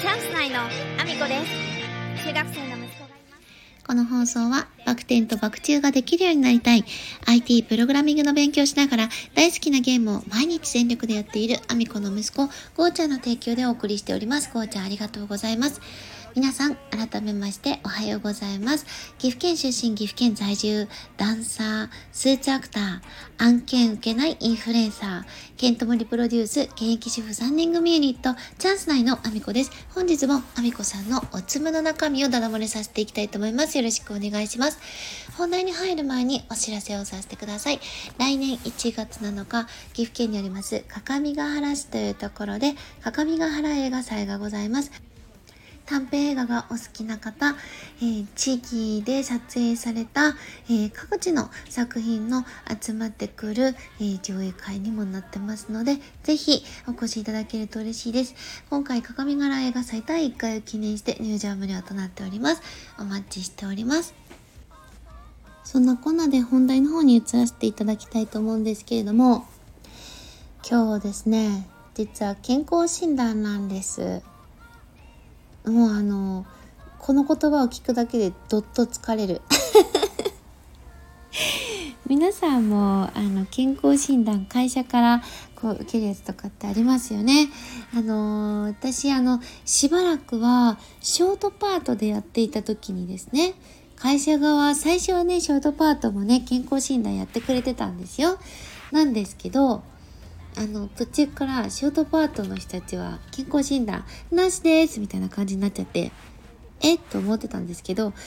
チャンス内のアミコです。中学生の息子がいます。 この放送はバク転とバク宙ができるようになりたい IT プログラミングの勉強をしながら大好きなゲームを毎日全力でやっているアミコの息子ゴーちゃんの提供でお送りしております。ゴーちゃんありがとうございます。皆さん改めましておはようございます。岐阜県出身、岐阜県在住、ダンサー、スーツアクター、案件受けないインフルエンサー、ケントモリプロデュース、現役主婦3人組ユニット、チャンス内のアミコです。本日もアミコさんのおつむの中身をダダ漏れさせていきたいと思います。よろしくお願いします。本題に入る前にお知らせをさせてください。来年1月7日、岐阜県にあります各務原市というところで、各務原映画祭がございます。短編映画がお好きな方、地域で撮影された、各地の作品の集まってくる、上映会にもなってますので、ぜひお越しいただけると嬉しいです。今回、各務原映画祭第1回を記念して入場無料となっております。お待ちしております。そんなこんなで本題の方に移らせていただきたいと思うんですけれども、今日ですね、実は健康診断なんです。もうこの言葉を聞くだけでどっと疲れる皆さんも健康診断会社から受けるやつとかってありますよね。私しばらくはショートパートでやっていた時にですね、会社側最初はねショートパートもね健康診断やってくれてたんですよ。なんですけど途中からショートパートの人たちは健康診断なしですみたいな感じになっちゃってと思ってたんですけど、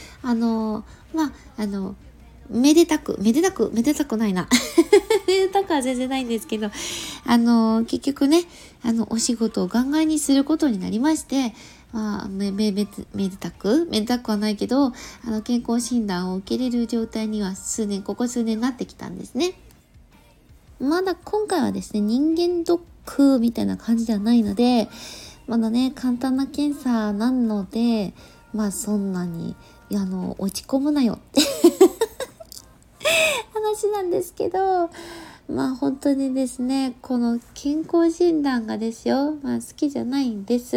めでたくないなめでたくは全然ないんですけど、結局ねお仕事をガンガンにすることになりまして、めでたくはないけど健康診断を受けれる状態にはここ数年なってきたんですね。まだ今回はですね、人間ドックみたいな感じではないので、まだね、簡単な検査なので、そんなに、落ち込むなよって話なんですけど、本当にですね、この健康診断がですよ、好きじゃないんです。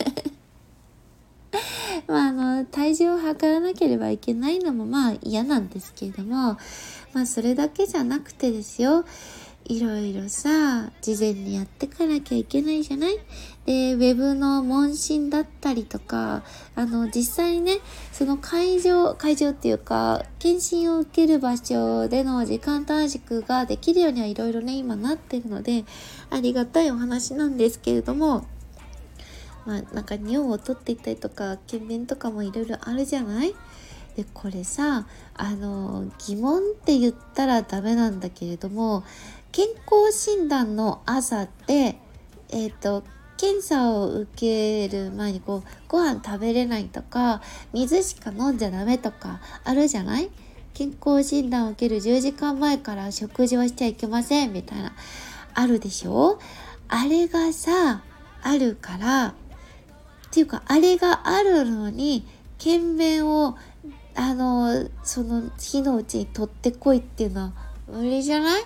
体重を測らなければいけないのも嫌なんですけれども、それだけじゃなくてですよ、いろいろさ事前にやってかなきゃいけないじゃない。でウェブの問診だったりとか実際にねその会場っていうか検診を受ける場所での時間短縮ができるようにはいろいろね今なってるのでありがたいお話なんですけれども、なんか尿を取っていったりとか検便とかもいろいろあるじゃない。でこれさ疑問って言ったらダメなんだけれども、健康診断の朝って検査を受ける前にご飯食べれないとか水しか飲んじゃダメとかあるじゃない。健康診断を受ける10時間前から食事をしちゃいけませんみたいなあるでしょ。あれがさあるからっていうかあれがあるのに検便をその日のうちに取ってこいっていうのは無理じゃない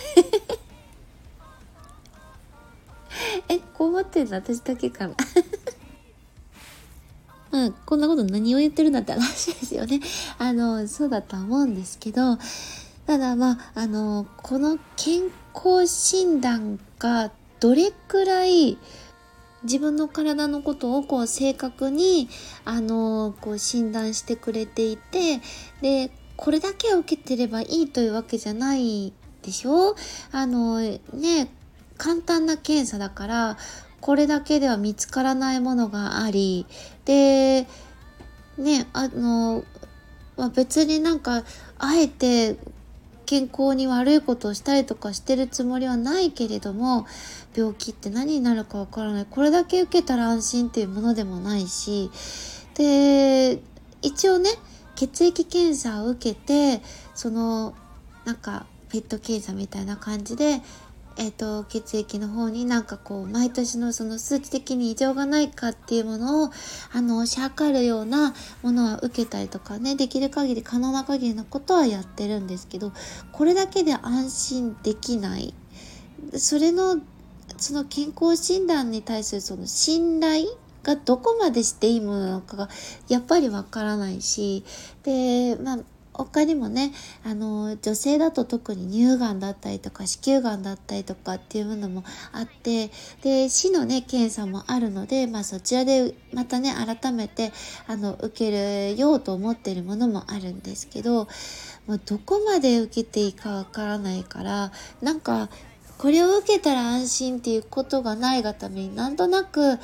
こう思ってるの私だけかなこんなこと何を言ってるんだって話ですよね。そうだとは思うんですけど、ただこの健康診断がどれくらい自分の体のことを正確に診断してくれていて、でこれだけを受けてればいいというわけじゃないでしょ。簡単な検査だからこれだけでは見つからないものがあり、で別にあえて健康に悪いことをしたりとかしてるつもりはないけれども、病気って何になるかわからない。これだけ受けたら安心っていうものでもないし、で一応ね血液検査を受けてペット検査みたいな感じで血液の方に毎年のその数値的に異常がないかっていうものを測るようなものは受けたりとかね、できる限り可能な限りのことはやってるんですけど、これだけで安心できない。その健康診断に対するその信頼がどこまでしていいものなのかがやっぱりわからないし、で他にもね、女性だと特に乳がんだったりとか子宮がんだったりとかっていうものもあって、で死のね検査もあるので、そちらでまたね改めて受けるようと思っているものもあるんですけど、どこまで受けていいかわからないから、なんかこれを受けたら安心っていうことがないがために、なんとなく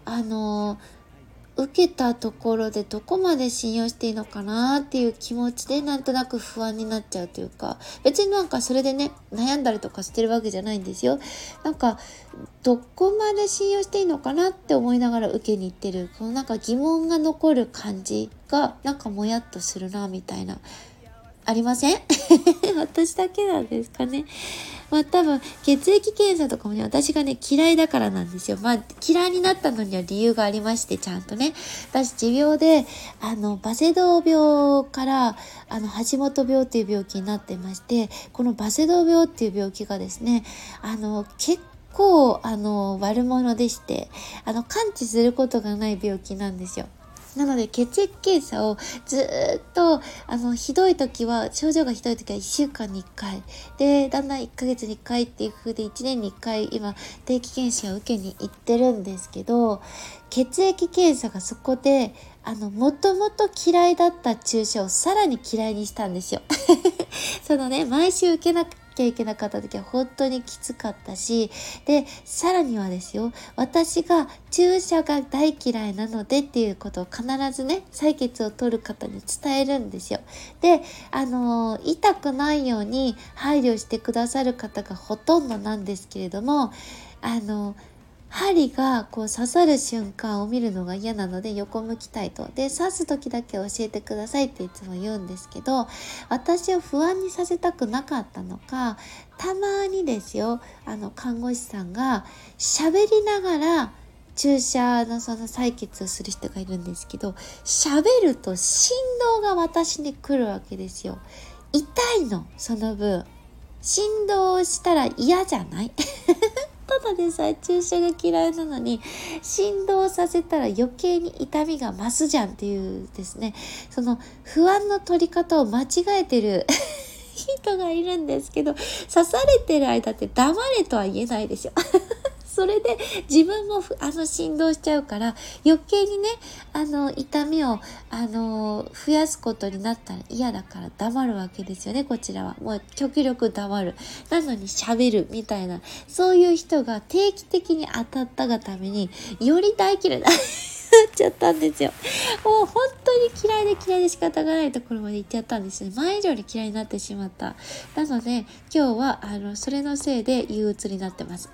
受けたところでどこまで信用していいのかなっていう気持ちでなんとなく不安になっちゃうというか、別になんかそれでね悩んだりとかしてるわけじゃないんですよ。なんかどこまで信用していいのかなって思いながら受けに行ってる、このなんか疑問が残る感じがなんかもやっとするなみたいな、ありません？私だけなんですかね。多分血液検査とかもね、私がね嫌いだからなんですよ。嫌いになったのには理由がありまして、ちゃんとね、私持病でバセドウ病から橋本病っていう病気になってまして、このバセドウ病っていう病気がですね、結構悪者でして、完治することがない病気なんですよ。なので血液検査をずっとひどい時は、症状がひどい時は1週間に1回で、だんだん1ヶ月に1回っていう風で1年に1回今定期検診を受けに行ってるんですけど、血液検査がそこでもともと嫌いだった注射をさらに嫌いにしたんですよ。そのね、毎週受けなきゃいけなかった時は本当にきつかったし、でさらにはですよ、私が注射が大嫌いなのでっていうことを必ずね採血を取る方に伝えるんですよ。で痛くないように配慮してくださる方がほとんどなんですけれども、針がこう刺さる瞬間を見るのが嫌なので横向きたいと。で刺す時だけ教えてくださいっていつも言うんですけど、私を不安にさせたくなかったのか、たまにですよ、看護師さんが喋りながら注射のその採血をする人がいるんですけど、喋ると振動が私に来るわけですよ。痛いの、その分。振動したら嫌じゃない？ただでさえ注射が嫌いなのに振動させたら余計に痛みが増すじゃんっていうですね、その不安の取り方を間違えてる人がいるんですけど、刺されてる間って黙れとは言えないでしょ。それで自分も振動しちゃうから余計にね痛みを増やすことになったら嫌だから黙るわけですよね。こちらはもう極力黙る、なのに喋るみたいな、そういう人が定期的に当たったがためにより大嫌いだっちゃったんですよ。もう本当に嫌いで仕方がないところまで行っちゃったんですよ。前以上に嫌いになってしまった。なので今日はそれのせいで憂鬱になってます。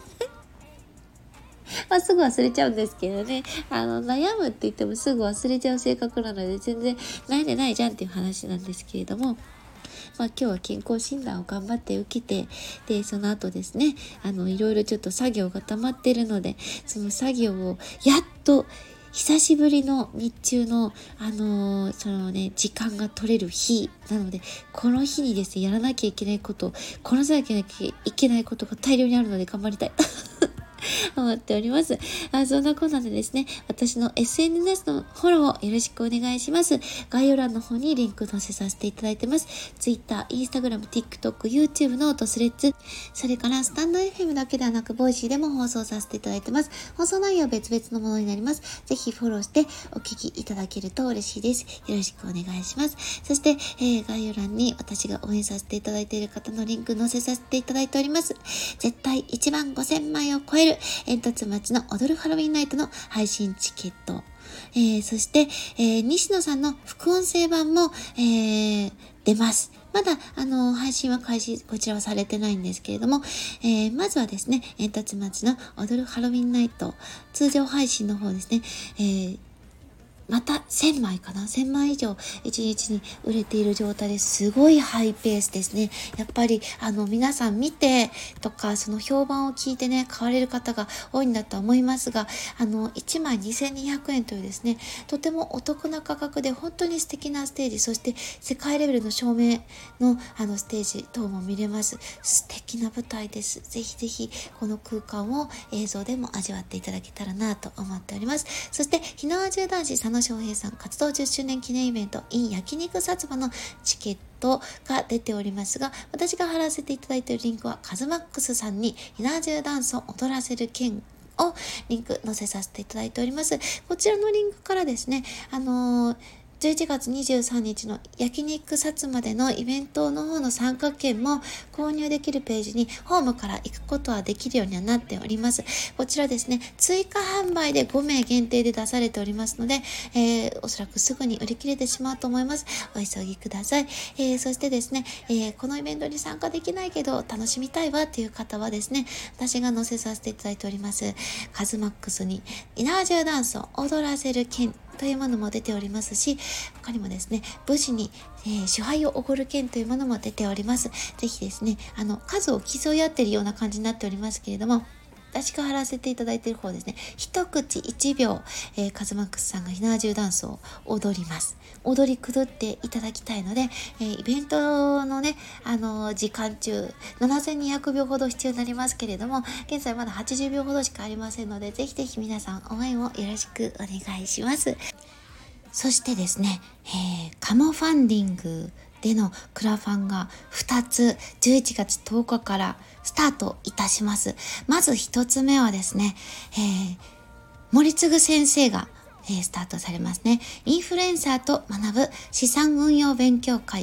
すぐ忘れちゃうんですけどね、悩むって言ってもすぐ忘れちゃう性格なので全然悩んでないじゃんっていう話なんですけれども、今日は健康診断を頑張って受けて、でその後ですねいろいろちょっと作業が溜まってるので、その作業をやっと久しぶりの日中のそのね時間が取れる日なので、この日にですねやらなきゃいけないこと、こなさなきゃいけないことが大量にあるので頑張りたい思っております。そんなこんなでですね、私の SNS のフォローをよろしくお願いします。概要欄の方にリンク載せさせていただいてます。Twitter、Instagram、TikTok、YouTube のスレッズ、それからスタンド FM だけではなく、ボイシーでも放送させていただいてます。放送内容は別々のものになります。ぜひフォローしてお聞きいただけると嬉しいです。よろしくお願いします。そして、概要欄に私が応援させていただいている方のリンク載せさせていただいております。絶対1万5000枚を超える煙突町の踊るハロウィンナイトの配信チケット、そして、西野さんの副音声版も、出ます。まだ配信は開始こちらはされてないんですけれども、まずはですね煙突町の踊るハロウィンナイト通常配信の方ですね、 また1000枚かな、1000枚以上1日に売れている状態ですごいハイペースですね。やっぱり皆さん見てとかその評判を聞いてね買われる方が多いんだと思いますが、1枚2200円というですね、とてもお得な価格で本当に素敵なステージ、そして世界レベルの照明のステージ等も見れます。素敵な舞台です。ぜひぜひこの空間を映像でも味わっていただけたらなと思っております。そして火縄銃男子佐野翔平さん活動10周年記念イベント in 焼肉薩摩のチケットが出ておりますが、私が貼らせていただいているリンクはカズマックスさんに火縄銃ダンスを踊らせる件をリンク載せさせていただいております。こちらのリンクからですね、11月23日の焼肉薩摩でのイベントの方の参加券も購入できるページにホームから行くことはできるようにはなっております。こちらですね、追加販売で5名限定で出されておりますので、おそらくすぐに売り切れてしまうと思います。お急ぎください。そしてですね、このイベントに参加できないけど楽しみたいわっていう方はですね、私が載せさせていただいておりますカズマックスに火縄銃ダンスを踊らせる券というものも出ておりますし、他にもですね、武士に、賜杯をおごる券というものも出ております。ぜひですね、数を競い合っているような感じになっておりますけれども、私が貼らせていただいている方ですね、一口1秒、カズマックスさんが火縄銃ダンスを踊ります。踊り狂っていただきたいので、イベントのね、時間中、7200秒ほど必要になりますけれども、現在まだ80秒ほどしかありませんので、ぜひぜひ皆さん応援をよろしくお願いします。そしてですね、カモファンディングでのクラファンが2つ11月10日からスタートいたします。まず1つ目はですね、森次先生がスタートされますね。インフルエンサーと学ぶ資産運用勉強会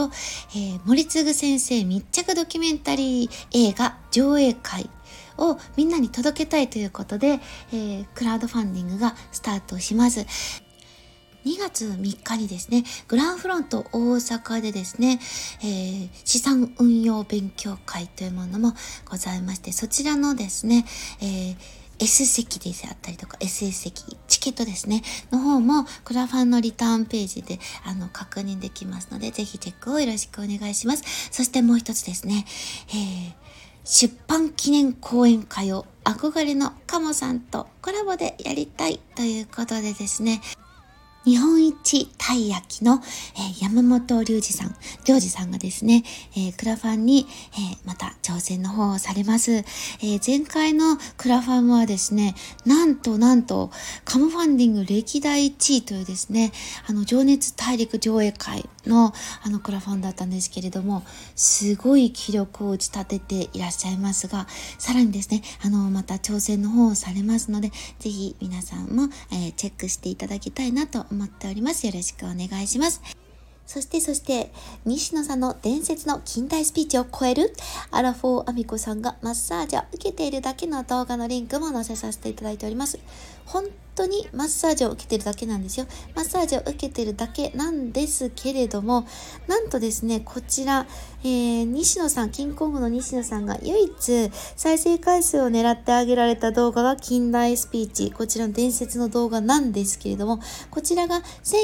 &森次先生密着ドキュメンタリー映画上映会をみんなに届けたいということで、クラウドファンディングがスタートします。2月3日にですね、グランフロント大阪でですね、資産運用勉強会というものもございまして、そちらのですね、S 席であったりとか SS 席、チケットですね、の方もクラファンのリターンページで確認できますので、ぜひチェックをよろしくお願いします。そしてもう一つですね、出版記念講演会を憧れのカモさんとコラボでやりたいということでですね、日本一たい焼きの、山本ジョージさんがですね、クラファンに、また挑戦の方をされます。前回のクラファンはですね、なんとカモファンディング歴代1位というですね、情熱大陸上映会のクラファンだったんですけれども、すごい記録を打ち立てていらっしゃいますが、さらにですね、また挑戦の方をされますので、ぜひ皆さんも、チェックしていただきたいなと思っております。よろしくお願いします。そして西野さんの伝説の近代スピーチを超えるアラフォーアミコさんがマッサージを受けているだけの動画のリンクも載せさせていただいております。本当にマッサージを受けているだけなんですよ。マッサージを受けているだけなんですけれども、なんとですね、こちら、西野さん、キングコングの西野さんが唯一再生回数を狙ってあげられた動画が近代スピーチ、こちらの伝説の動画なんですけれども、こちらが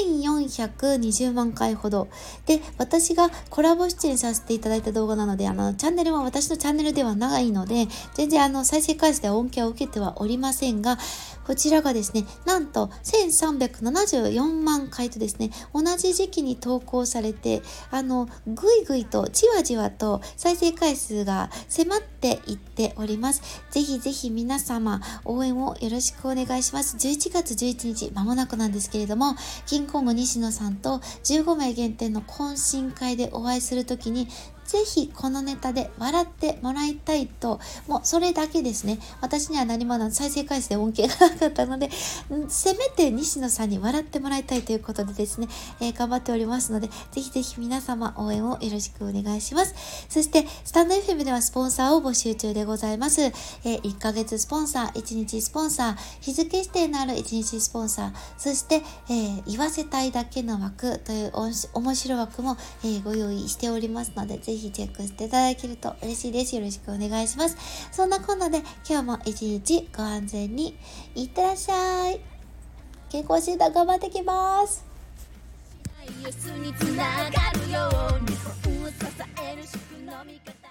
1420万回ほどで、私がコラボ出演させていただいた動画なので、チャンネルは私のチャンネルではないので、全然再生回数では恩恵を受けてはおりませんが、こちらがですね、なんと1374万回とですね、同じ時期に投稿されて、ぐいぐいとじわじわと再生回数が迫っていっております。ぜひぜひ皆様応援をよろしくお願いします。11月11日間もなくなんですけれども、キングコング西野さんと15名限定の懇親会でお会いするときに、ぜひこのネタで笑ってもらいたいと、もうそれだけですね。私には何も再生回数で恩恵がなかったので、せめて西野さんに笑ってもらいたいということでですね、頑張っておりますので、ぜひぜひ皆様応援をよろしくお願いします。そしてスタンド FM ではスポンサーを募集中でございます。1ヶ月スポンサー、1日スポンサー、日付指定のある1日スポンサー、そして、言わせたいだけの枠という面白枠も、ご用意しておりますので、ぜひチェックしていただけると嬉しいです。よろしくお願いします。そんなこんなで今日も一日ご安全にいってらっしゃい。 健康診断頑張ってきます。 につながるように本を支える仕組み方